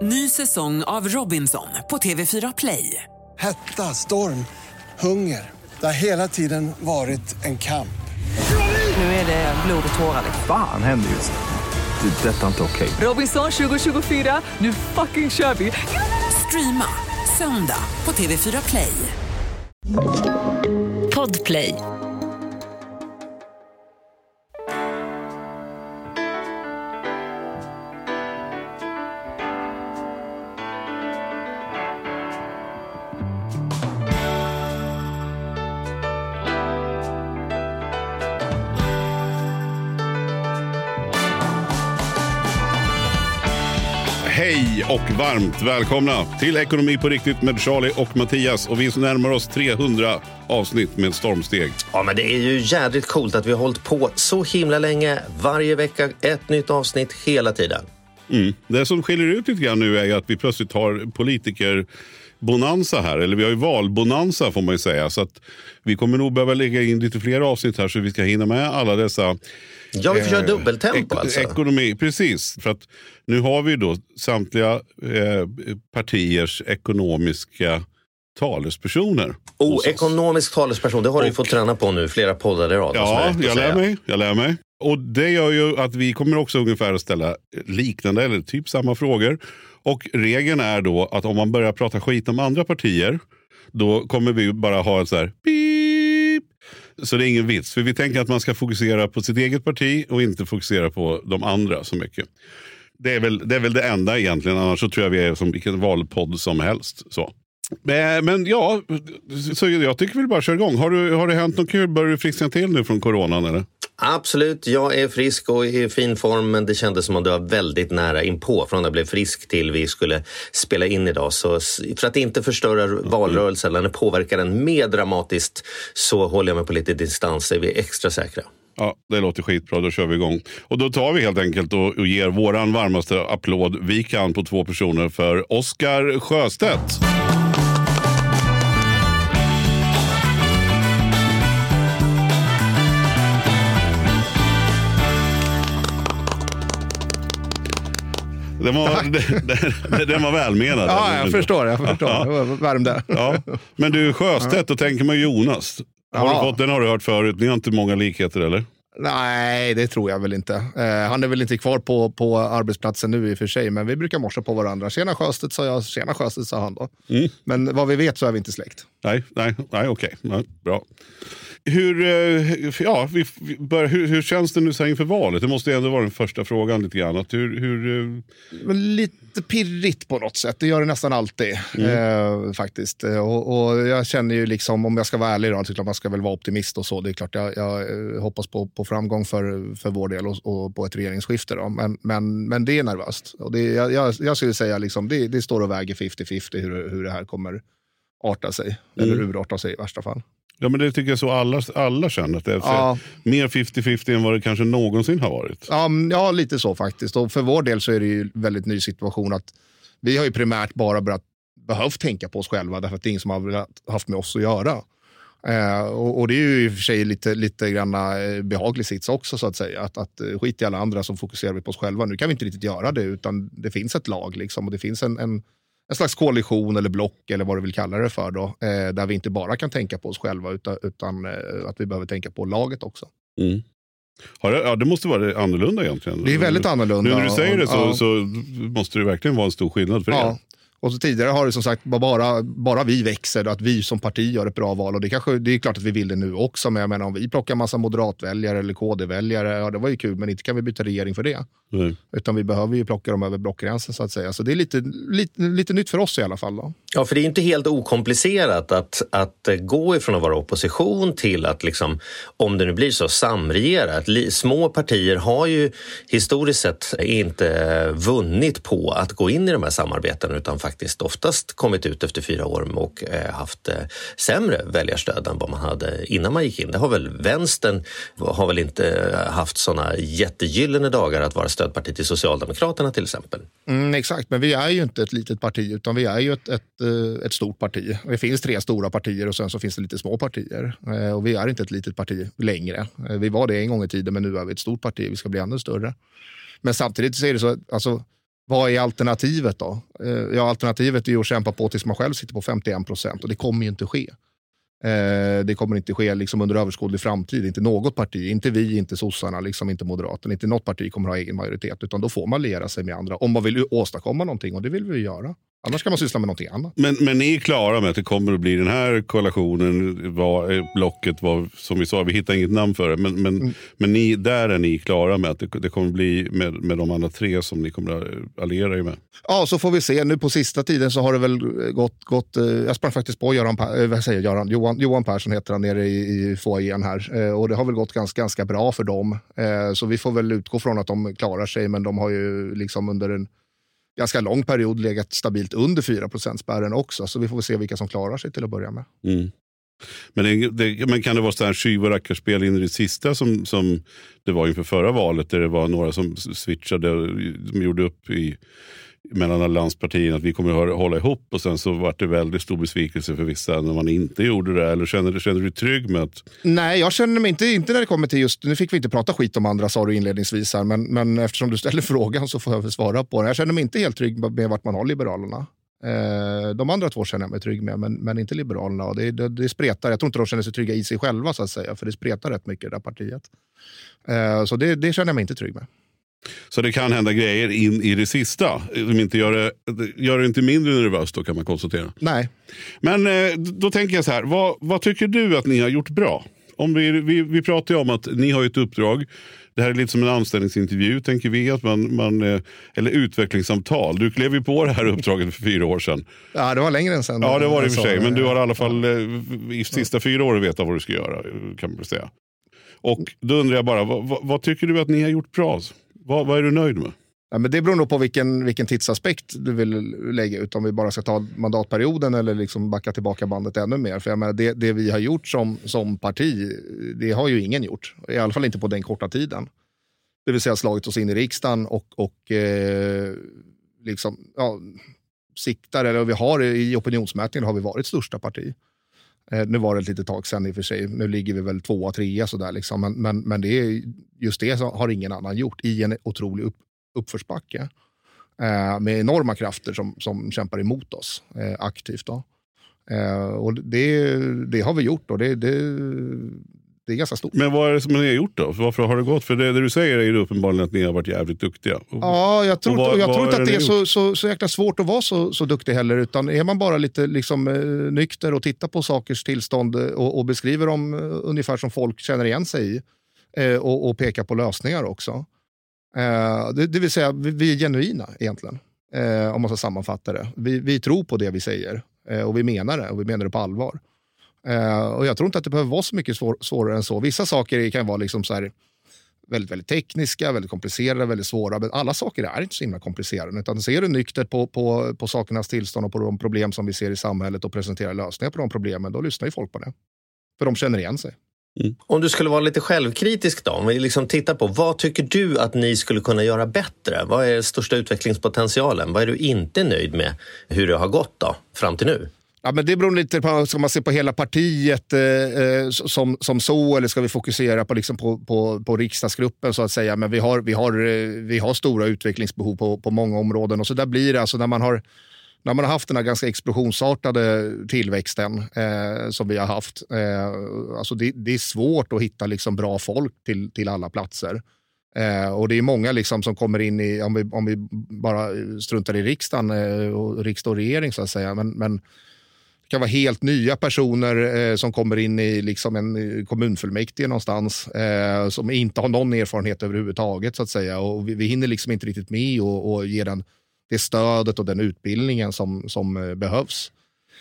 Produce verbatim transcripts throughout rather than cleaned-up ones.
Ny säsong av Robinson på T V fyra Play. Hetta, storm, hunger. Det har hela tiden varit en kamp. Nu är det blod och tårar. Fan händer just det. Det är detta inte okej. Robinson tjugo tjugofyra, nu fucking kör vi. Streama söndag på T V fyra Play. Podplay. Hej och varmt välkomna till Ekonomi på riktigt med Charlie och Mattias. Och vi närmar oss trehundra avsnitt med stormsteg. Ja, men det är ju jädrigt coolt att vi har hållit på så himla länge. Varje vecka ett nytt avsnitt hela tiden. Mm. Det som skiljer ut lite grann nu är ju att vi plötsligt har politiker bonanza här, eller vi har ju valbonanza får man ju säga, så att vi kommer nog behöva lägga in lite fler avsnitt här så vi ska hinna med alla dessa. Ja, vi får köra dubbeltempo ek- alltså. Ekonomi, precis, för att nu har vi då samtliga eh, partiers ekonomiska talespersoner. Oh, ekonomisk talesperson, det har och, du ju fått träna på nu, flera poddar i rad. Ja, jag lär mig, jag lär mig. Och det gör ju att vi kommer också ungefär att ställa liknande eller typ samma frågor. Och regeln är då att om man börjar prata skit om andra partier, då kommer vi bara ha ett så här pip. Så det är ingen vits. För vi tänker att man ska fokusera på sitt eget parti och inte fokusera på de andra så mycket. Det är väl det, är väl det enda egentligen. Annars så tror jag vi är som vilken valpodd som helst. Så. Men, men ja, så jag tycker vi bara kör igång. Har, du, har det hänt något kul? Börjar du friskna till nu från coronan eller? Absolut, jag är frisk och i fin form, men det kändes som att det var väldigt nära inpå från att jag blev frisk till vi skulle spela in idag. Så för att inte förstöra valrörelsen eller påverka den mer dramatiskt så håller jag mig på lite distans, är vi extra säkra. Ja, det låter skitbra, då kör vi igång. Och då tar vi helt enkelt och, och ger våran varmaste applåd vi kan på två personer för Oskar Sjöstedt. Den var, den, den var välmenad. Ja, jag förstår. Jag förstår. Ja. Det var värmde. Ja. Men du, Sjöstedt, då tänker man Jonas. Har ja. du fått, den har du hört förut. Ni har inte många likheter, eller? Nej, det tror jag väl inte. Eh, han är väl inte kvar på, på arbetsplatsen nu i och för sig, men vi brukar morsa på varandra. Tjena Sjöstedt, sa jag. Tjena Sjöstedt, sa han då. Mm. Men vad vi vet så är vi inte släkt. Nej, nej, nej okej. Nej, bra. Hur, ja, vi, vi bör, hur, hur känns det nu så här inför valet? Det måste ju ändå vara den första frågan lite grann. Att hur, hur... Lite pirrigt på något sätt. Det gör det nästan alltid mm. eh, faktiskt. Och, och jag känner ju liksom, om jag ska vara ärlig då, så klart man ska väl vara optimist och så. Det är klart jag, jag hoppas på, på framgång för, för vår del och, och på ett regeringsskifte då. Men, men, men det är nervöst. Och det, jag, jag, jag skulle säga liksom, det, det står och väger femtio femtio hur, hur det här kommer arta sig. Mm. Eller urarta sig i värsta fall. Ja, men det tycker jag så alla, alla känner att det är ja. mer femtio femtio än vad det kanske någonsin har varit. Ja, ja, lite så faktiskt. Och för vår del så är det ju en väldigt ny situation att vi har ju primärt bara börjat behövt tänka på oss själva därför att det är ingen som har haft med oss att göra. Eh, och, och det är ju i och för sig lite, lite grann behaglig sits också så att säga. Att, att skit i alla andra så fokuserar vi på oss själva. Nu kan vi inte riktigt göra det utan det finns ett lag liksom och det finns en... en En slags koalition eller block eller vad du vill kalla det för då. Eh, där vi inte bara kan tänka på oss själva utan, utan eh, att vi behöver tänka på laget också. Mm. Ja, det måste vara annorlunda egentligen. Det är väldigt annorlunda. Nu när du säger det så, ja. så måste det verkligen vara en stor skillnad för ja. er. Och så tidigare har det som sagt bara, bara vi växer att vi som parti gör ett bra val och det, kanske, det är klart att vi vill det nu också men jag menar om vi plockar massa moderatväljare eller K D-väljare, ja det var ju kul men inte kan vi byta regering för det. Mm. Utan vi behöver ju plocka dem över blockgränsen så att säga. Så det är lite, lite, lite nytt för oss i alla fall då. Ja, för det är inte helt okomplicerat att, att gå ifrån att vara opposition till att liksom, om det nu blir så, samregera. Att li, små partier har ju historiskt sett inte vunnit på att gå in i de här samarbeten utan faktiskt oftast kommit ut efter fyra år och eh, haft eh, sämre väljarstöd än vad man hade innan man gick in. Det har väl vänstern har väl inte haft sådana jättegyllene dagar att vara stödparti till Socialdemokraterna till exempel. Mm, exakt, men vi är ju inte ett litet parti utan vi är ju ett, ett, ett stort parti. Det finns tre stora partier och sen så finns det lite små partier. Och vi är inte ett litet parti längre. Vi var det en gång i tiden men nu är vi ett stort parti. Vi ska bli ännu större. Men samtidigt så är det så, alltså vad är alternativet då? Eh, ja, alternativet är ju att kämpa på tills man själv sitter på femtioen procent och det kommer ju inte ske. Eh, det kommer inte ske liksom under överskådlig framtid. Inte något parti, inte vi, inte sossarna, liksom inte Moderaterna, inte något parti kommer ha egen majoritet, utan då får man liera sig med andra om man vill åstadkomma någonting, och det vill vi ju göra. Annars kan man syssla med någonting annat. Men, men ni är klara med att det kommer att bli den här koalitionen, var, blocket, var, som vi sa, vi hittar inget namn för det, men, men, mm. men ni, där är ni klara med att det, det kommer att bli med, med de andra tre som ni kommer att alliera er med? Ja, så får vi se. Nu på sista tiden så har det väl gått, gått jag sprang faktiskt på Göran, vad säger Göran? Johan, Johan Persson heter han nere i, i foajén här, och det har väl gått ganska, ganska bra för dem. Så vi får väl utgå från att de klarar sig, men de har ju liksom under en ganska lång period legat stabilt under fyra procent spärren också. Så vi får se vilka som klarar sig till att börja med. Mm. Men, det, det, men kan det vara så här tjuv- och rackarspel in i det sista som, som det var inför förra valet, där det var några som switchade, de gjorde upp i, mellan allianspartierna att vi kommer att hålla ihop, och sen så var det väldigt stor besvikelse för vissa när man inte gjorde det? Eller känner, känner du dig trygg med att... Nej, jag känner mig inte, inte när det kommer till just, nu fick vi inte prata skit om andra, sa du inledningsvis här, men, men eftersom du ställer frågan så får jag väl svara på den. Jag känner mig inte helt trygg med vart man har Liberalerna. Eh, de andra två känner jag mig trygg med, men, men inte Liberalerna. Och det, det, det spretar, jag tror inte de känner sig trygga i sig själva så att säga, för det spretar rätt mycket det där partiet. Eh, så det, det känner jag mig inte trygg med. Så det kan hända grejer in i det sista som inte gör det, gör det inte mindre nervöst då, kan man konstatera. Nej. Men eh, då tänker jag så här, vad, vad tycker du att ni har gjort bra? Om vi, vi, vi pratar ju om att ni har ett uppdrag. Det här är lite som en anställningsintervju, tänker vi. Att man, man, eller utvecklingssamtal. Du klev ju på det här uppdraget för fyra år sedan. Ja, det var längre än sen. Ja, det var det i och för sig. Men du har i alla fall i sista fyra år vetat vad du ska göra, kan man väl säga. Och då undrar jag bara, vad, vad, vad tycker du att ni har gjort bra? Vad, vad är du nöjd med? Ja, men det beror nog på vilken, vilken tidsaspekt du vill lägga ut. Om vi bara ska ta mandatperioden eller liksom backa tillbaka bandet ännu mer. För jag menar, det, det vi har gjort som, som parti, det har ju ingen gjort. I alla fall inte på den korta tiden. Det vill säga slagit oss in i riksdagen och, och eh, liksom, ja, siktar, eller vi har i opinionsmätningen har vi varit största parti. Eh, nu var det ett litet tag sedan i och för sig. Nu ligger vi väl tvåa, trea sådär liksom. Men, men, men det är just det som har ingen annan gjort i en otrolig upp, uppförsbacke. Eh, med enorma krafter som, som kämpar emot oss eh, aktivt då. Eh, och det, det har vi gjort och det, det, det är ganska stort. Men vad är det som ni har gjort då? Varför har det gått? För det, det du säger är ju uppenbarligen att ni har varit jävligt duktiga. Och, ja, jag tror, vad, jag tror inte att det är så, så, så, så jäkla svårt att vara så, så duktig heller. Utan är man bara lite liksom, eh, nykter och tittar på sakers tillstånd och, och beskriver dem eh, ungefär som folk känner igen sig i. Eh, och, och pekar på lösningar också. Eh, det, det vill säga, vi, vi är genuina egentligen. Eh, om man ska sammanfatta det. Vi, vi tror på det vi säger. Eh, och vi menar det. Och vi menar det på allvar. Uh, och jag tror inte att det behöver vara så mycket svår, svårare än så. Vissa saker kan vara liksom så här väldigt, väldigt tekniska, väldigt komplicerade, väldigt svåra. Men alla saker är inte så himla komplicerade. Utan ser du nyktert på, på, på sakernas tillstånd och på de problem som vi ser i samhället och presenterar lösningar på de problemen, då lyssnar ju folk på det. För de känner igen sig. Mm. Om du skulle vara lite självkritisk då, om vi liksom tittar på vad tycker du att ni skulle kunna göra bättre? Vad är största utvecklingspotentialen? Vad är du inte nöjd med hur det har gått då, fram till nu? Ja, men det beror lite på, ska man se på hela partiet eh, som, som så, eller ska vi fokusera på, liksom på, på, på riksdagsgruppen så att säga. Men vi har, vi har, vi har stora utvecklingsbehov på, på många områden. Och så där blir det, alltså när man har, när man har haft den här ganska explosionsartade tillväxten eh, som vi har haft. Eh, alltså det, det är svårt att hitta liksom bra folk till, till alla platser. Eh, och det är många liksom som kommer in i, om vi, om vi bara struntar i riksdagen eh, och riksdag och regering så att säga. Men, men det kan vara helt nya personer eh, som kommer in i liksom en kommunfullmäktige någonstans eh, som inte har någon erfarenhet överhuvudtaget så att säga. Och vi, vi hinner liksom inte riktigt med och, och ge den, det stödet och den utbildningen som, som eh, behövs.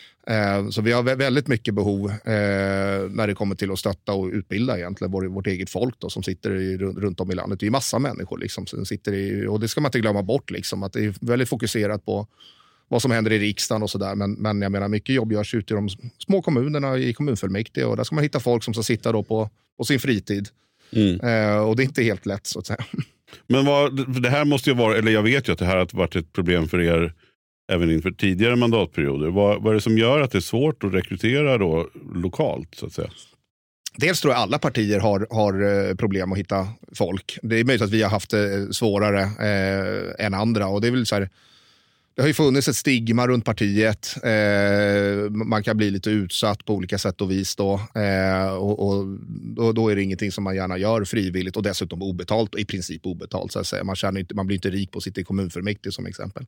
Eh, så vi har väldigt mycket behov eh, när det kommer till att stötta och utbilda egentligen vår, vårt eget folk då, som sitter i, runt om i landet. Det är ju massa människor liksom, som sitter i, och det ska man inte glömma bort liksom, att det är väldigt fokuserat på vad som händer i riksdagen och sådär. Men, men jag menar, mycket jobb görs ute i de små kommunerna i kommunfullmäktige och där ska man hitta folk som ska sitta då på, på sin fritid. Mm. Eh, och det är inte helt lätt så att säga. Men vad, det här måste ju vara, eller jag vet ju att det här har varit ett problem för er även inför tidigare mandatperioder. Vad, vad är det som gör att det är svårt att rekrytera då lokalt så att säga? dels tror jag alla partier har, har problem att hitta folk. Det är möjligt att vi har haft det svårare eh, än andra. Och det är väl så här, det har ju funnits ett stigma runt partiet. Eh, man kan bli lite utsatt på olika sätt och vis då. Eh, och och då, då är det ingenting som man gärna gör frivilligt och dessutom obetalt, i princip obetalt så att säga. Man, känner inte, man blir inte rik på att sitta i kommunfullmäktige som exempel.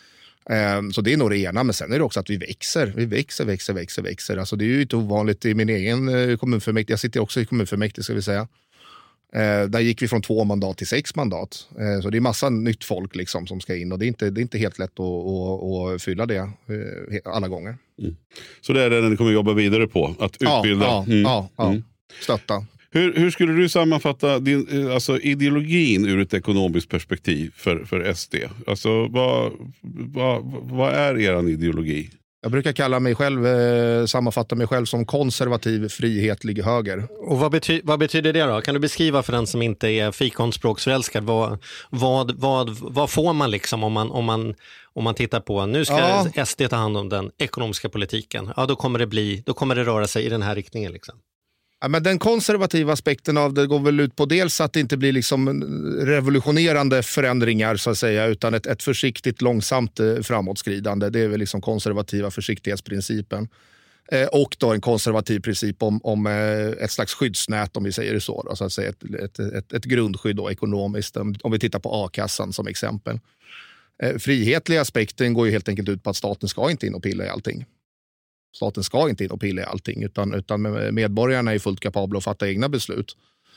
Eh, så det är nog det ena, men sen är det också att vi växer. Vi växer, växer, växer, växer. Alltså det är ju inte ovanligt i min egen eh, kommunfullmäktige. Jag sitter också i kommunfullmäktige ska vi säga. Eh, där gick vi från två mandat till sex mandat. Eh, så det är massa nytt folk liksom som ska in och det är inte, det är inte helt lätt att, att, att fylla det eh, alla gånger. Mm. Så det är det ni kommer jobba vidare på, att utbilda? Ja, ja, mm. ja, ja. Mm. Stötta. Hur, hur skulle du sammanfatta din, alltså ideologin ur ett ekonomiskt perspektiv för, för S D? Alltså vad, vad, vad är er ideologi? Jag brukar kalla mig själv, eh, sammanfatta mig själv som konservativ, frihetlig höger. Och vad, bety- vad betyder det då? Kan du beskriva för den som inte är fikonspråksförälskad, vad, vad, vad, vad får man liksom om man, om man, om man tittar på, nu ska ja. S D ta hand om den ekonomiska politiken. Ja, då kommer det bli, då kommer det röra sig i den här riktningen liksom. Ja, men den konservativa aspekten av det går väl ut på dels att det inte blir liksom revolutionerande förändringar så att säga, utan ett, ett försiktigt, långsamt framåtskridande. Det är väl liksom konservativa försiktighetsprincipen. Eh, och då en konservativ princip om, om eh, ett slags skyddsnät, om vi säger det så. Då, så att säga, ett, ett, ett, ett grundskydd då, ekonomiskt, om vi tittar på A-kassan som exempel. Eh, frihetliga aspekten går ju helt enkelt ut på att staten ska inte in och pilla i allting. Staten ska inte in och pilla i allting utan, utan medborgarna är fullt kapabla att fatta egna beslut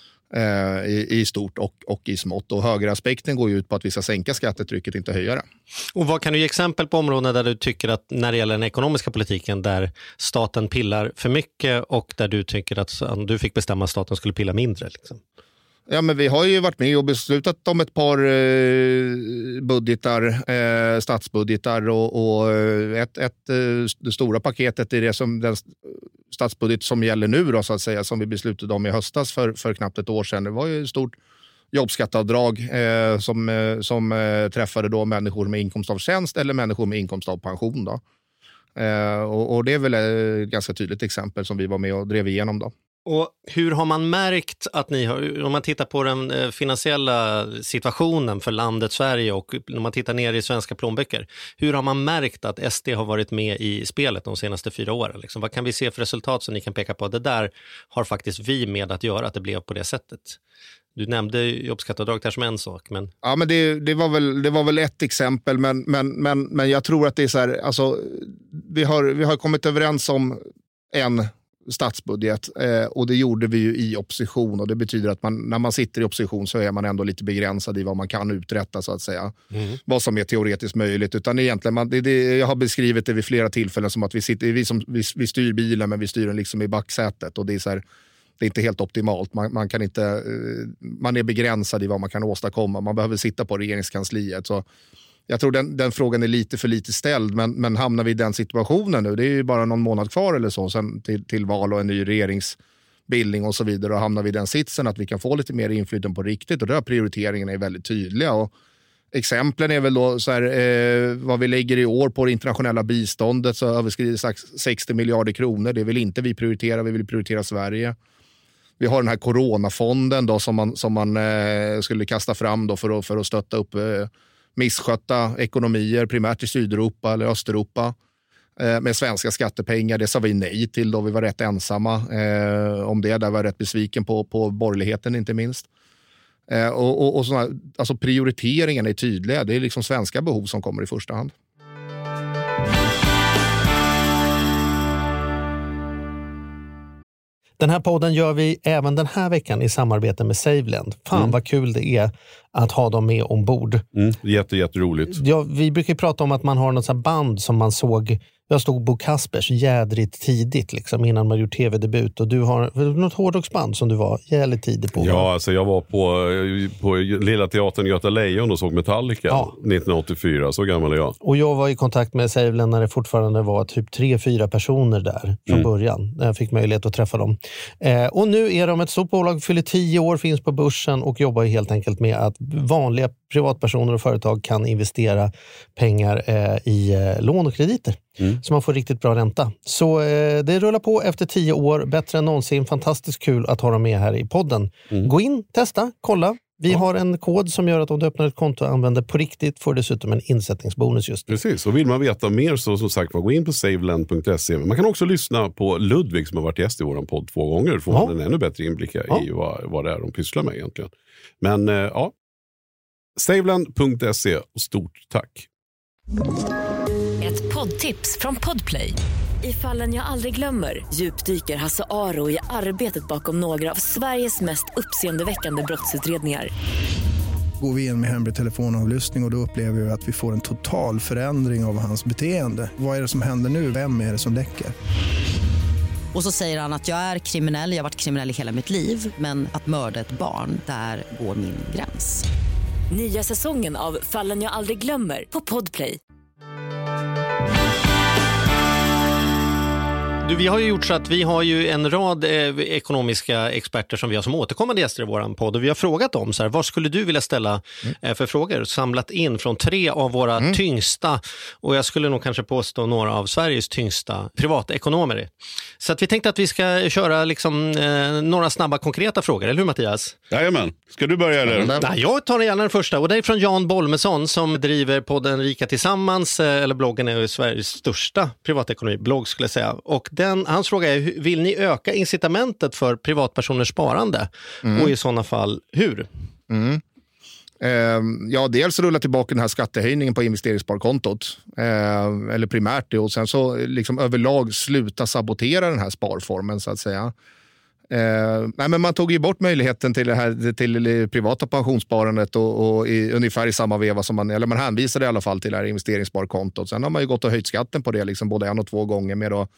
eh, i, i stort och, och i smått. Och högeraspekten går ju ut på att vi ska sänka skattetrycket, inte höja det. Och vad kan du ge exempel på områden där du tycker att när det gäller den ekonomiska politiken där staten pillar för mycket och där du tycker att om du fick bestämma att staten skulle pilla mindre liksom? Ja, men vi har ju varit med och beslutat om ett par eh, budgetar, eh, statsbudgetar och, och ett, ett eh, det stora paketet är det som den statsbudget som gäller nu då, så att säga, som vi beslutade om i höstas för, för knappt ett år sedan. Det var ju ett stort jobbskatteavdrag eh, som, eh, som eh, träffade då människor med inkomst av tjänst eller människor med inkomst av pension då. Eh, och, och det är väl ett ganska tydligt exempel som vi var med och drev igenom då. Och hur har man märkt att ni har, om man tittar på den finansiella situationen för landet Sverige och när man tittar ner i svenska plånböcker, hur har man märkt att S D har varit med i spelet de senaste fyra åren? Liksom, vad kan vi se för resultat som ni kan peka på? Det där har faktiskt vi med att göra, att det blev på det sättet. Du nämnde jobbskatteavdrag där som en sak. Men... Ja, men det, det, var väl, det var väl ett exempel, men, men, men, men jag tror att det är så här, alltså, vi har, vi har kommit överens om en statsbudget eh, och det gjorde vi ju i opposition och det betyder att man, när man sitter i opposition så är man ändå lite begränsad i vad man kan uträtta så att säga. Mm. Vad som är teoretiskt möjligt, utan egentligen man, det, det, jag har beskrivit det vid flera tillfällen som att vi sitter, vi, som, vi, vi styr bilen men vi styr den liksom i backsätet och det är så här, det är inte helt optimalt. Man, man kan inte, man är begränsad i vad man kan åstadkomma. Man behöver sitta på regeringskansliet så jag tror den, den frågan är lite för lite ställd, men, men hamnar vi i den situationen nu, det är ju bara någon månad kvar eller så sen till, till val och en ny regeringsbildning och så vidare, och hamnar vi i den sitsen att vi kan få lite mer inflytande på riktigt och där prioriteringarna är väldigt tydliga och exemplen är väl då så här, eh, vad vi lägger i år på det internationella biståndet så överskrider sextio miljarder kronor, det vill inte vi prioritera, vi vill prioritera Sverige. Vi har den här coronafonden då som man, som man eh, skulle kasta fram då för, att, för att stötta upp eh, misskötta ekonomier, primärt i Sydeuropa eller Östeuropa eh, med svenska skattepengar. Det sa vi nej till då vi var rätt ensamma eh, om det. Där var jag rätt besviken på, på borgerligheten inte minst. Eh, och och, och såna, alltså prioriteringen är tydliga. Det är liksom svenska behov som kommer i första hand. Den här podden gör vi även den här veckan i samarbete med SaveLend. Fan mm. vad kul det är att ha dem med ombord. Mm, jätte, jätteroligt. Ja, vi brukar prata om att man har något sånt band som man såg. Jag stod Bo Kaspers jädrigt tidigt liksom, innan man gjorde tv-debut. Och du har något hårdrocksband som du var jävligt tidig på. Ja, alltså jag var på, på Lilla Teatern Göta Lejon och såg Metallica ja. nittonhundraåttiofyra. Så gammal är jag. Och jag var i kontakt med SaveLend när det fortfarande var typ tre, fyra personer där från mm. början. När jag fick möjlighet att träffa dem. Eh, och nu är de ett stort bolag, fyller tio år, finns på börsen och jobbar helt enkelt med att vanliga privatpersoner och företag kan investera pengar eh, i eh, lån och krediter. Mm. Så man får riktigt bra ränta. Så eh, det rullar på efter tio år, bättre än någonsin. Fantastiskt kul att ha dem med här i podden. Mm. Gå in, testa, kolla. Vi ja. har en kod som gör att om du öppnar ett konto och använder på riktigt får du dessutom en insättningsbonus just. Precis, och vill man veta mer så som sagt gå in på saveland punkt se. Man kan också lyssna på Ludvig som har varit gäst i vår podd två gånger. Får ja. man en ännu bättre inblick ja. i vad, vad det är de pysslar med egentligen. Men eh, ja, saveland punkt se och stort tack. Ett poddtips från Podplay. I Fallen jag aldrig glömmer djupdyker Hasse Aro i arbetet bakom några av Sveriges mest uppseendeväckande brottsutredningar. Går vi in med hemlig telefonavlyssning och, och då upplever vi att vi får en total förändring av hans beteende. Vad är det som händer nu? Vem är det som läcker? Och så säger han att jag är kriminell, jag har varit kriminell i hela mitt liv. Men att mörda ett barn, där går min gräns. Nya säsongen av Fallen jag aldrig glömmer på Podplay. Du, vi har ju gjort så att vi har ju en rad eh, ekonomiska experter som vi har som återkommande gäster i våran podd. Och vi har frågat dem så här, vad skulle du vilja ställa mm. eh, för frågor? Samlat in från tre av våra mm. tyngsta, och jag skulle nog kanske påstå några av Sveriges tyngsta privatekonomer. Så att vi tänkte att vi ska köra liksom, eh, några snabba konkreta frågor, eller hur Mattias? Jajamän, ska du börja eller? Nej, jag tar gärna den första, och det är från Jan Bolmesson som driver podden Rika Tillsammans, eh, eller bloggen är Sveriges största privatekonomiblogg skulle jag säga. Och Den, hans fråga är, vill ni öka incitamentet för privatpersoners sparande? Mm. Och i sådana fall, hur? Mm. Eh, ja, dels rulla tillbaka den här skattehöjningen på investeringssparkontot. Eh, eller primärt det. Och sen så liksom överlag sluta sabotera den här sparformen så att säga. Eh, nej, men man tog ju bort möjligheten till det här till det privata pensionssparandet och, och i, ungefär i samma veva som man, eller man hänvisade i alla fall till det här investeringssparkontot. Sen har man ju gått och höjt skatten på det liksom både en och två gånger med då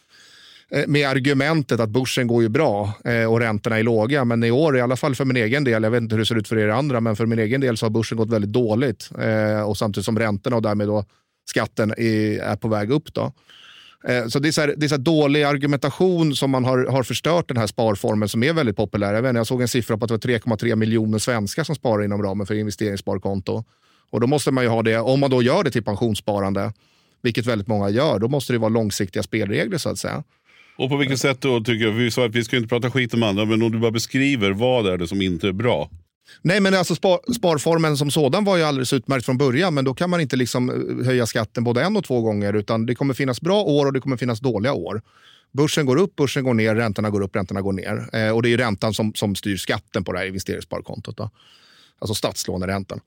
med argumentet att börsen går ju bra eh, och räntorna är låga, men i år i alla fall för min egen del, jag vet inte hur det ser ut för er andra, men för min egen del så har börsen gått väldigt dåligt eh, och samtidigt som räntorna och därmed då skatten är, är på väg upp då. Eh, så det är så här, det är så här dålig argumentation som man har, har förstört den här sparformen som är väldigt populär. Jag, vet inte, jag såg en siffra på att det var tre komma tre miljoner svenskar som sparar inom ramen för investeringssparkonto, och då måste man ju ha det, om man då gör det till pensionssparande, vilket väldigt många gör, då måste det vara långsiktiga spelregler så att säga. Och på vilket sätt då tycker jag, vi sa att vi ska inte prata skit om andra, men om du bara beskriver vad är det som inte är bra? Nej, men alltså spar, sparformen som sådan var ju alldeles utmärkt från början, men då kan man inte liksom höja skatten både en och två gånger, utan det kommer finnas bra år och det kommer finnas dåliga år. Börsen går upp, börsen går ner, räntorna går upp, räntorna går ner. Eh, och det är ju räntan som, som styr skatten på det här investeringssparkontot då. Alltså statslåneräntan.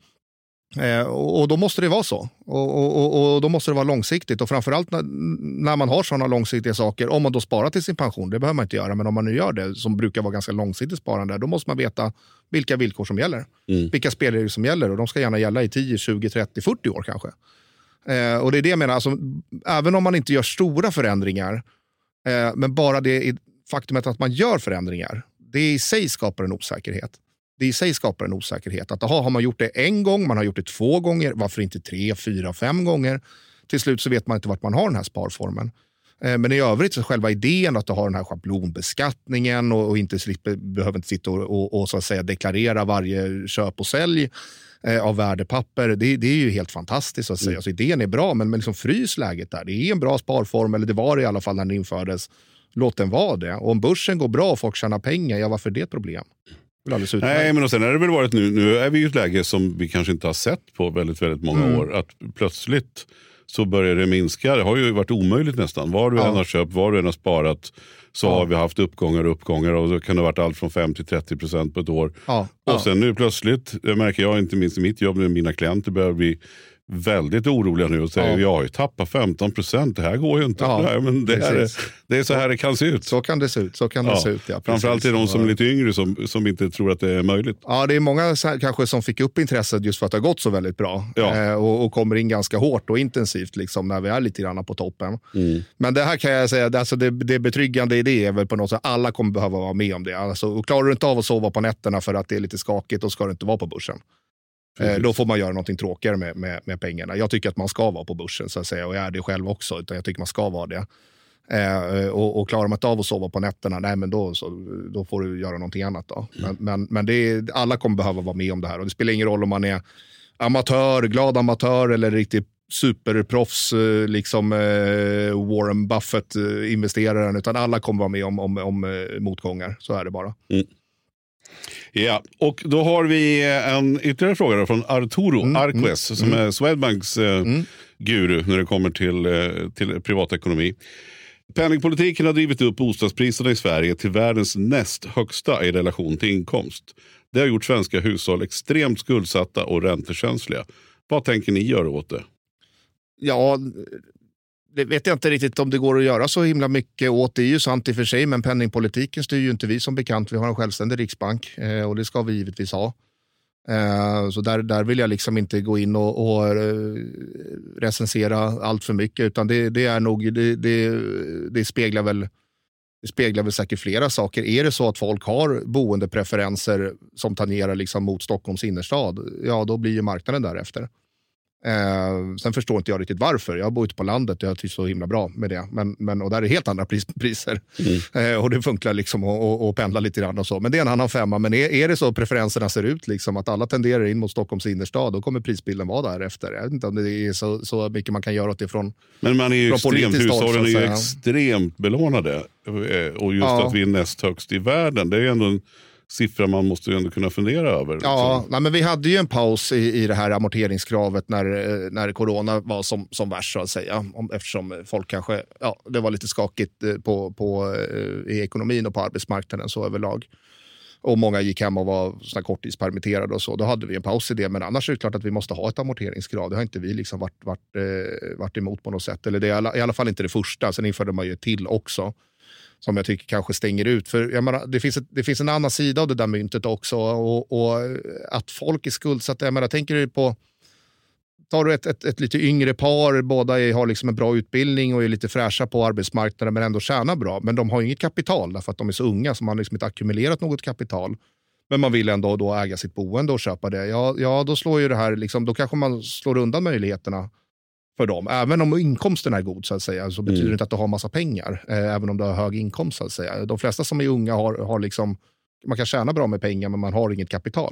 Eh, och, och då måste det vara så. Och, och, och, och då måste det vara långsiktigt. Och framförallt när, när man har sådana långsiktiga saker, om man då sparar till sin pension, det behöver man inte göra, men om man nu gör det, som brukar vara ganska långsiktigt sparande, då måste man veta vilka villkor som gäller. Mm. Vilka spelregler som gäller, och de ska gärna gälla i tio, tjugo, trettio, fyrtio år kanske. Eh, och det är det jag menar, alltså, även om man inte gör stora förändringar, eh, men bara det faktumet att man gör förändringar, det i sig skapar en osäkerhet. Det i sig skapar en osäkerhet. Att aha, har man gjort det en gång, man har gjort det två gånger, varför inte tre, fyra, fem gånger? Till slut så vet man inte vart man har den här sparformen. Eh, men i övrigt så själva idén att du har den här schablonbeskattningen och, och inte slipper, behöver inte sitta och, och, och så att säga deklarera varje köp och sälj eh, av värdepapper, det, det är ju helt fantastiskt så att säga. Mm. Alltså, idén är bra, men, men liksom frys läget där. Det är en bra sparform, eller det var det i alla fall när den infördes. Låt den vara det. Och om börsen går bra och folk tjänar pengar, ja, varför är det ett problem? Nej, men och sen har det väl varit nu, nu är vi i ett läge som vi kanske inte har sett på väldigt, väldigt många mm. år, att plötsligt så börjar det minska. Det har ju varit omöjligt nästan. Var du ja. än har köpt, var du än har sparat, så ja. har vi haft uppgångar och uppgångar, och då kan det ha varit allt från fem till trettio procent på ett år. Ja. Och ja. sen nu plötsligt, det märker jag inte minst i mitt jobb, när mina klienter börjar bli väldigt oroliga nu och säger, ja. jag har ju tappat femton procent, det här går ju inte. Ja, Nej, men det, är, det är så här det kan se ut. Så kan det se ut, så kan ja. det se ut. Ja, framförallt är de som är lite yngre som, som inte tror att det är möjligt. Ja, det är många kanske som fick upp intresset just för att det har gått så väldigt bra. Ja. Eh, och, och kommer in ganska hårt och intensivt liksom, när vi är lite grann på toppen. Mm. Men det här kan jag säga, alltså det, det betryggande i det är väl på något sätt, alla kommer behöva vara med om det. Alltså, och klarar du inte av att sova på nätterna för att det är lite skakigt, då ska du inte vara på börsen. Precis. Då får man göra någonting tråkigare med, med, med pengarna. Jag tycker att man ska vara på börsen så att säga, och jag är det själv också, utan jag tycker man ska vara det. Eh, och, och klarar man inte av att sova på nätterna, nej men då, så, då får du göra någonting annat då. Men, men, men det är, alla kommer behöva vara med om det här, och det spelar ingen roll om man är amatör, glad amatör eller riktigt superproffs, liksom Warren Buffett-investeraren, utan alla kommer vara med om, om, om motgångar. Så är det bara. Mm. Ja, och då har vi en ytterligare fråga då från Arturo mm, Arquez mm, som mm. är Swedbanks eh, mm. guru när det kommer till, eh, till privatekonomi. Penningpolitiken har drivit upp bostadspriserna i Sverige till världens näst högsta i relation till inkomst. Det har gjort svenska hushåll extremt skuldsatta och räntekänsliga. Vad tänker ni göra åt det? Ja, det vet jag inte riktigt om det går att göra så himla mycket åt. Det är ju sant i och för sig, men penningpolitiken styr ju inte vi som bekant. Vi har en självständig riksbank och det ska vi givetvis ha. Så där, där vill jag liksom inte gå in och, och recensera allt för mycket, utan det, det är nog, det, det, det speglar väl det speglar väl säkert flera saker. Är det så att folk har boendepreferenser som tangerar liksom mot Stockholms innerstad, ja då blir ju marknaden därefter. Eh, sen förstår inte jag riktigt varför. Jag bor ute på landet och jag tycker så himla bra med det. Men, men, och där är helt andra pris, priser. Mm. Eh, och det funkar liksom att pendla lite grann och så. Men det är en annan femma. Men är, är det så preferenserna ser ut, liksom, att alla tenderar in mot Stockholms innerstad, då kommer prisbilden vara därefter. Jag vet inte om det är så, så mycket man kan göra åt det från Men man är ju extremt, hushållen är ju extremt belånade. Och just ja. att vi är näst högst i världen, det är ju ändå en siffra man måste ju ändå kunna fundera över. Ja, nej, men vi hade ju en paus i, i det här amorteringskravet när, när corona var som, som värst, så att säga. Om, eftersom folk kanske, ja, det var lite skakigt på, på, i ekonomin och på arbetsmarknaden så överlag. Och många gick hem och var såna korttidspermitterade och så. Då hade vi en paus i det, men annars är det klart att vi måste ha ett amorteringskrav. Det har inte vi liksom varit, varit, varit emot på något sätt. Eller det är i alla fall inte det första. Sen införde man ju till också, som jag tycker kanske stänger ut. För jag menar, det, finns ett, det finns en annan sida av det där myntet också. Och, och att folk är skuldsatta. Jag menar, tänker du på, tar du ett, ett, ett lite yngre par, båda är, har liksom en bra utbildning och är lite fräscha på arbetsmarknaden men ändå tjänar bra. Men de har inget kapital därför att de är så unga, så man har liksom inte ackumulerat något kapital. Men man vill ändå då äga sitt boende och köpa det. Ja, ja då slår ju det här, liksom, då kanske man slår undan möjligheterna för dem. Även om inkomsten är god, så att säga, så betyder det mm. inte att du har massa pengar. Eh, även om du har hög inkomst, så att säga. De flesta som är unga har, har liksom, man kan tjäna bra med pengar men man har inget kapital.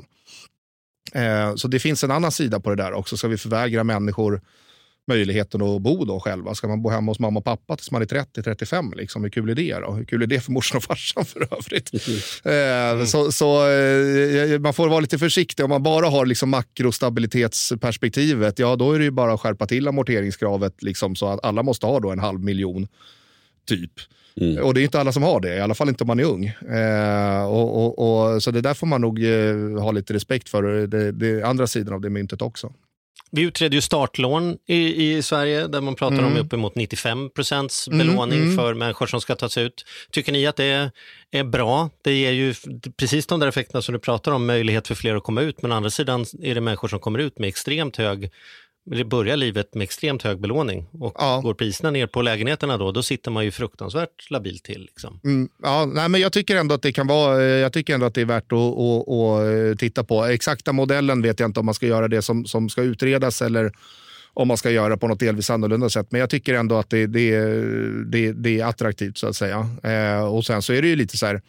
Eh, så det finns en annan sida på det där också. Ska vi förvägra människor möjligheten att bo då själva? Ska man bo hemma hos mamma och pappa tills man är trettio till trettiofem? Liksom? Hur kul är det då? Hur kul är det för morsan och farsan för övrigt? Mm. Eh, så så eh, man får vara lite försiktig. Om man bara har liksom makrostabilitetsperspektivet, ja då är det ju bara att skärpa till amorteringskravet liksom, så att alla måste ha då en halv miljon typ. Mm. Och det är inte alla som har det, i alla fall inte om man är ung. Eh, och, och, och, så det där får man nog eh, ha lite respekt för. Det, det andra sidan av det myntet också. Vi utreder ju startlån i, i Sverige där man pratar mm. om uppemot nittiofem procents belåning mm, mm. för människor som ska tas ut. Tycker ni att det är, är bra? Det ger ju precis de där effekterna som du pratar om, möjlighet för fler att komma ut. Men å andra sidan är det människor som kommer ut med extremt hög, det börjar livet med extremt hög belåning och ja. går priserna ner på lägenheterna då, då sitter man ju fruktansvärt labilt till. Liksom. Mm, ja, nej, men jag tycker ändå att det kan vara, jag tycker ändå att det är värt att, att, att titta på. Exakta modellen vet jag inte om man ska göra det som, som ska utredas eller om man ska göra på något delvis annorlunda sätt. Men jag tycker ändå att det, det, det, det är attraktivt, så att säga. Eh, och sen så är det ju lite så här,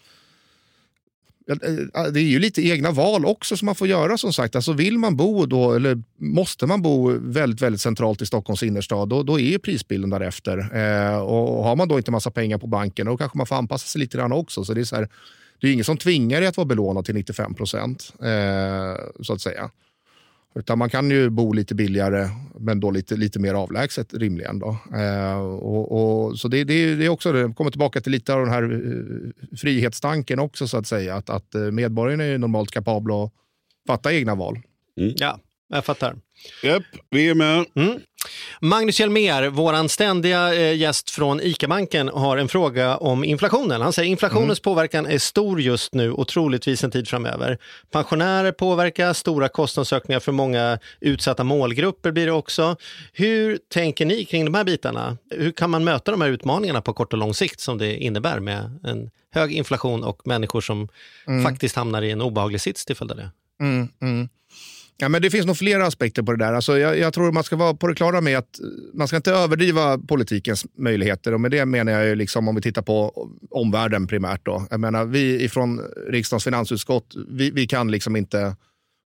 det är ju lite egna val också som man får göra, som sagt. Alltså vill man bo då, eller måste man bo väldigt, väldigt centralt i Stockholms innerstad, då, då är ju prisbilden därefter. Eh, och har man då inte massa pengar på banken, då kanske man får anpassa sig lite grann också. Så det är så här, det är ingen som tvingar dig att vara belånad till nittiofem procent, eh, så att säga. Utan man kan ju bo lite billigare, men då lite, lite mer avlägset rimligen då. Eh, och, och, så det, det, det är också, det kommer tillbaka till lite av den här uh, frihetstanken också, så att säga. Att, att medborgarna är normalt kapabla att fatta egna val. Mm. Ja, jag fattar. Japp, vi är med. Mm. Magnus Hjelmér, våran ständiga eh, gäst från ICA-banken, har en fråga om inflationen. Han säger inflationens mm. påverkan är stor just nu och troligtvis en tid framöver. Pensionärer påverkas, stora kostnadsökningar för många utsatta målgrupper blir det också. Hur tänker ni kring de här bitarna? Hur kan man möta de här utmaningarna på kort och lång sikt som det innebär med en hög inflation och människor som mm. faktiskt hamnar i en obehaglig sits till följd av det? Mm, mm. Ja, men det finns nog flera aspekter på det där. Alltså jag, jag tror man ska vara på det klara med att man ska inte överdriva politikens möjligheter. Och med det menar jag ju liksom, om vi tittar på omvärlden primärt då. Jag menar, vi ifrån riksdagens finansutskott, vi, vi kan liksom inte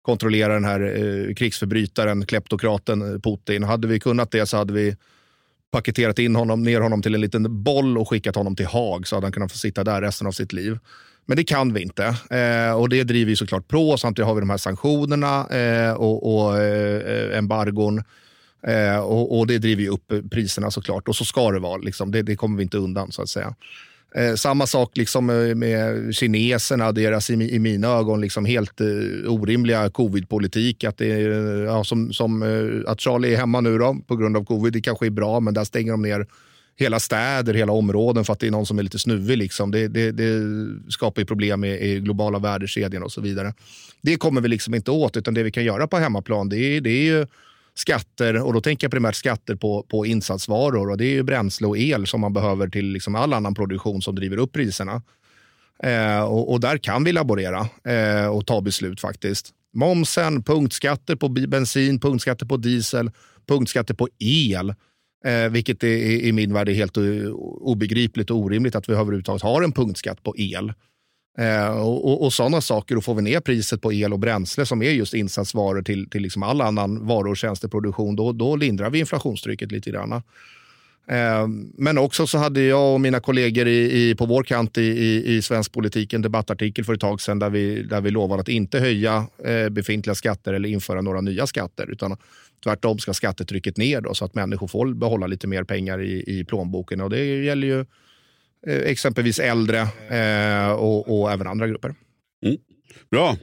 kontrollera den här eh, krigsförbrytaren, kleptokraten Putin. Hade vi kunnat det så hade vi paketerat in honom, ner honom till en liten boll och skickat honom till Haag, så hade han kunnat få sitta där resten av sitt liv. Men det kan vi inte. Eh, och det driver ju såklart på. Samtidigt har vi de här sanktionerna eh, och, och eh, embargon. Eh, och, och det driver ju upp priserna såklart. Och så ska det vara. Liksom. Det, det kommer vi inte undan så att säga. Eh, samma sak liksom med kineserna. Deras i, i mina ögon liksom helt eh, orimliga covid-politik. Att, det, ja, som, som, eh, att Charlie är hemma nu då, på grund av covid. Det kanske är bra, men där stänger de ner hela städer, hela områden för att det är någon som är lite snuvig. Liksom. Det, det, det skapar ju problem i, i globala värdekedjan och så vidare. Det kommer vi liksom inte åt, utan det vi kan göra på hemmaplan det är, det är ju skatter, och då tänker jag primärt skatter på, på insatsvaror, och det är ju bränsle och el som man behöver till liksom all annan produktion som driver upp priserna. Eh, och, och där kan vi laborera eh, och ta beslut faktiskt. Momsen, punktskatter på bensin, punktskatter på diesel, punktskatter på el. Eh, vilket är, i min värld är helt obegripligt och orimligt att vi överhuvudtaget har en punktskatt på el. Eh, och, och, och sådana saker, då får vi ner priset på el och bränsle som är just insatsvaror till, till liksom all annan varu- och tjänsteproduktion. Då, då lindrar vi inflationstrycket lite grann. Eh, men också så hade jag och mina kollegor i, i, på vår kant i, i, i svensk politik en debattartikel för ett tag sedan där vi, där vi lovade att inte höja eh, befintliga skatter eller införa några nya skatter, utan tvärtom ska skattetrycket ner då, så att människor får behålla lite mer pengar i, i plånboken. Och det gäller ju eh, exempelvis äldre eh, och, och även andra grupper. Mm. Bra.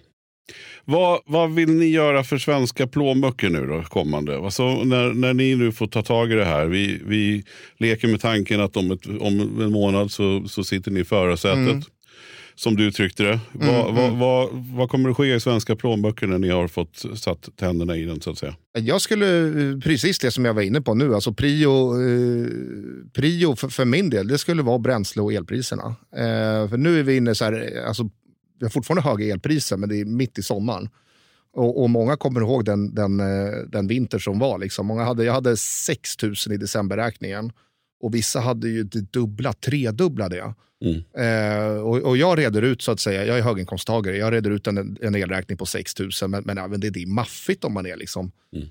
Vad, vad vill ni göra för svenska plånböcker nu då, kommande? Alltså, när, när ni nu får ta tag i det här, vi, vi leker med tanken att om, ett, om en månad så, så sitter ni i förarsätet. Mm. Som du uttryckte det. Mm, vad, vad, mm. vad, vad kommer att ske i svenska plånböcker när ni har fått satt tänderna i den så att säga? Jag skulle, precis det som jag var inne på nu, alltså prio, eh, prio för, för min del, det skulle vara bränsle och elpriserna. Eh, för nu är vi inne så här, alltså vi har fortfarande höga elpriser, men det är mitt i sommaren. Och, och många kommer ihåg den, den, den vinter som var. Liksom. Många hade, jag hade sex tusen i decemberräkningen. Och vissa hade ju det dubbla, tredubbla det. Mm. Eh, och, och jag reder ut så att säga, jag är höginkomsttagare, jag reder ut en, en elräkning på sex tusen, men, men även det, det är maffigt om man är liksom mm.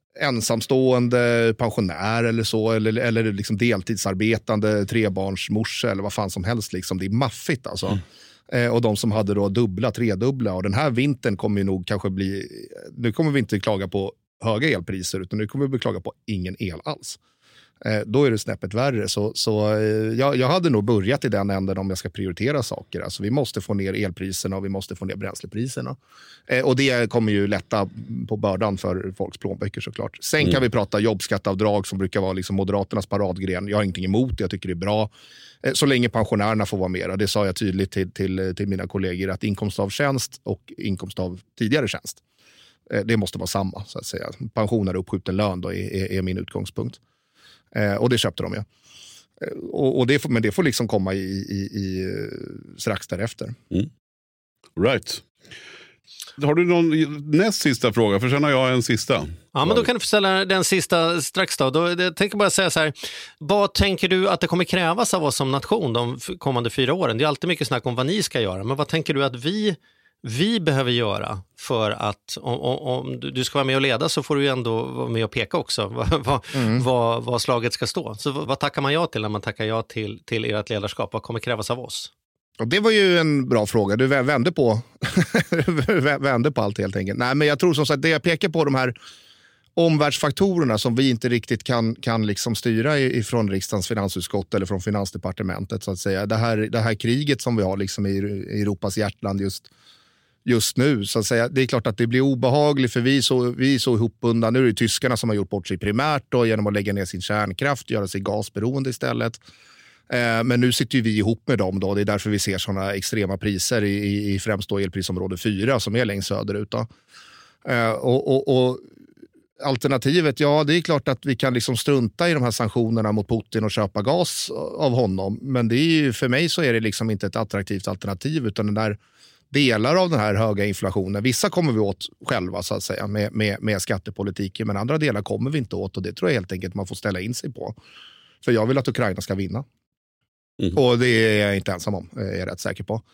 ensamstående pensionär eller så, eller, eller liksom deltidsarbetande trebarnsmorsa eller vad fan som helst. Liksom. Det är maffigt alltså. Mm. Eh, och de som hade då dubbla, tredubbla, och den här vintern kommer ju nog kanske bli, nu kommer vi inte klaga på höga elpriser, utan nu kommer vi klaga på ingen el alls. Eh, då är det snäppet värre. Så, så eh, jag, jag hade nog börjat i den änden om jag ska prioritera saker. Alltså vi måste få ner elpriserna och vi måste få ner bränslepriserna. Eh, och det kommer ju lätta på bördan för folks plånböcker såklart. Sen mm. kan vi prata jobbskattavdrag som brukar vara liksom Moderaternas paradgren. Jag har ingenting emot det, jag tycker det är bra. Eh, så länge pensionärerna får vara med. Det sa jag tydligt till, till, till mina kollegor, att inkomst av tjänst och inkomst av tidigare tjänst, eh, det måste vara samma så att säga. Pensioner och uppskjuten lön då är, är, är min utgångspunkt. Eh, och det köpte de ju. Eh, och, och det får, men det får liksom komma i, i, i strax därefter. Mm. Right. Har du någon näst sista fråga? För sen har jag en sista. Ja, men då kan du få ställa den sista strax då. då jag tänker bara säga så här. Vad tänker du att det kommer krävas av oss som nation de kommande fyra åren? Det är alltid mycket snack om vad ni ska göra. Men vad tänker du att vi... vi behöver göra för att om, om du ska vara med och leda, så får du ju ändå vara med och peka också vad, vad, mm. vad, vad slaget ska stå. Så vad, vad tackar man ja till när man tackar ja till, till ert ledarskap? Vad kommer krävas av oss? Och det var ju en bra fråga. Du vände på, vände på allt helt enkelt. Nej, men jag tror som sagt, det jag pekar på, de här omvärldsfaktorerna som vi inte riktigt kan, kan liksom styra ifrån riksdagens finansutskott eller från finansdepartementet så att säga. Det här, det här kriget som vi har liksom i Europas hjärtland just just nu så att säga. Det är klart att det blir obehagligt, för vi är så, vi är så ihopbundna. Nu är det tyskarna som har gjort bort sig primärt då, genom att lägga ner sin kärnkraft, göra sig gasberoende istället. Eh, men nu sitter ju vi ihop med dem då. Det är därför vi ser sådana extrema priser i, i främst då elprisområde fyra som är längst söderut då. Eh, och, och, och alternativet, ja det är klart att vi kan liksom strunta i de här sanktionerna mot Putin och köpa gas av honom. Men det är ju, för mig så är det liksom inte ett attraktivt alternativ, utan den där delar av den här höga inflationen. Vissa kommer vi åt själva så att säga med, med, med skattepolitiken, men andra delar kommer vi inte åt, och det tror jag helt enkelt man får ställa in sig på. För jag vill att Ukraina ska vinna. Mm. Och det är jag inte ensam om, är jag rätt säker på.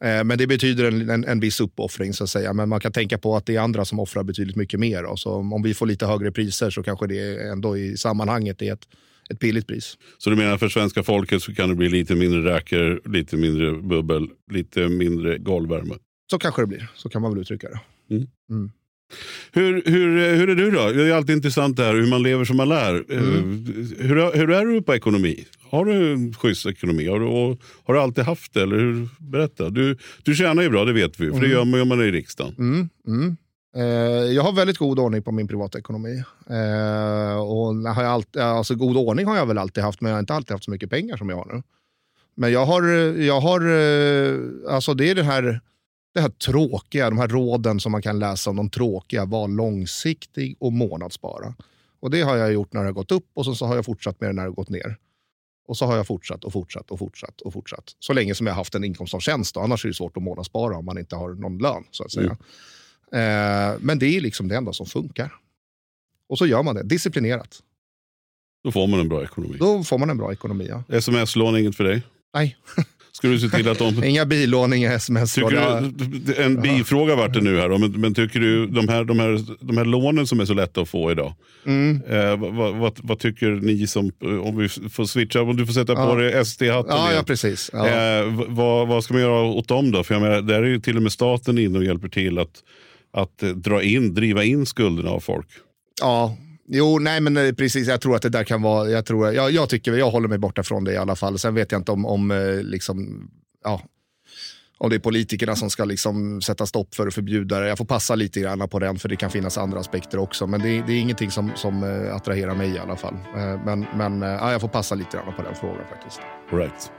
Eh, men det betyder en, en, en viss uppoffring så att säga. Men man kan tänka på att det är andra som offrar betydligt mycket mer. Då. Så om vi får lite högre priser så kanske det ändå i sammanhanget är ett, ett billigt pris. Så du menar för svenska folket så kan det bli lite mindre räkor, lite mindre bubbel, lite mindre golvvärme? Så kanske det blir. Så kan man väl uttrycka det. Mm. Mm. Hur, hur, hur är du då? Det är alltid intressant det här hur man lever som man lär. Mm. Hur, hur är du på ekonomi? Har du en schysst ekonomi? Har du, och, har du alltid haft det? Eller hur? Berätta. Du, du tjänar ju bra, det vet vi. För mm. det gör man, gör man i riksdagen. Mm. Mm. Eh, jag har väldigt god ordning på min privatekonomi. Eh, och har jag alltid, alltså, god ordning har jag väl alltid haft. Men jag har inte alltid haft så mycket pengar som jag har nu. Men jag har, jag har alltså det är det här... Det här tråkiga, de här råden som man kan läsa om, de tråkiga, var långsiktig och månadsspara. Och det har jag gjort när det har gått upp och så, så har jag fortsatt med det när det har gått ner. Och så har jag fortsatt och fortsatt och fortsatt och fortsatt. Så länge som jag har haft en inkomst av tjänst då, annars är det svårt att månadsspara om man inte har någon lön så att säga. Mm. Eh, men det är liksom det enda som funkar. Och så gör man det, disciplinerat. Då får man en bra ekonomi. Då får man en bra ekonomi, ja. Sms-lån, inget för dig? Nej. Ska du se till att de... Inga billåning, sms. Du, en bifråga vart det nu här då, men, men tycker du de här, de, här, de här lånen som är så lätta att få idag, mm. eh, vad, vad, vad tycker ni som, om vi får switcha, om du får sätta ja. på dig S D-hatten ja, igen. Ja, precis. Ja. Eh, vad, vad ska man göra åt dem då? För jag menar, där är ju till och med staten in och hjälper till att, att dra in, driva in skulderna av folk. Ja, jo, nej men precis, jag tror att det där kan vara, jag tror, jag, jag tycker, jag håller mig borta från det i alla fall. Sen vet jag inte om, om liksom, ja, om det är politikerna som ska liksom sätta stopp för att förbjuda det. Jag får passa lite grann på den, för det kan finnas andra aspekter också. Men det, det är ingenting som, som attraherar mig i alla fall. Men, men ja, jag får passa lite grann på den frågan faktiskt. Right.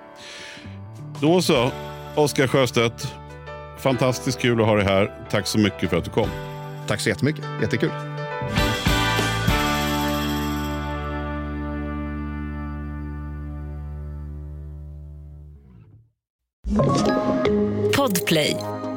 Då så, Oskar Sjöstedt, fantastiskt kul att ha dig här. Tack så mycket för att du kom. Tack så jättemycket, jättekul. Podplay.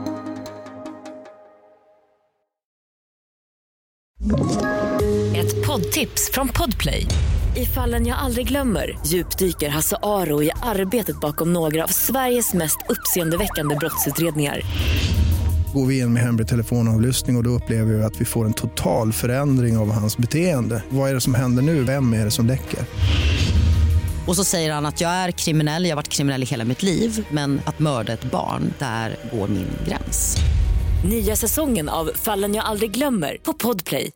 Ett poddtips från Podplay. I Fallen jag aldrig glömmer djupdyker Hasse Aro i arbetet bakom några av Sveriges mest uppseendeväckande brottsutredningar. Går vi in med hemlig telefonavlyssning och, och då upplever vi att vi får en total förändring av hans beteende. Vad är det som händer nu? Vem är det som läcker? Och så säger han att jag är kriminell, jag har varit kriminell i hela mitt liv. Men att mörda ett barn, där går min gräns. Nya säsongen av Fallen jag aldrig glömmer på Podplay.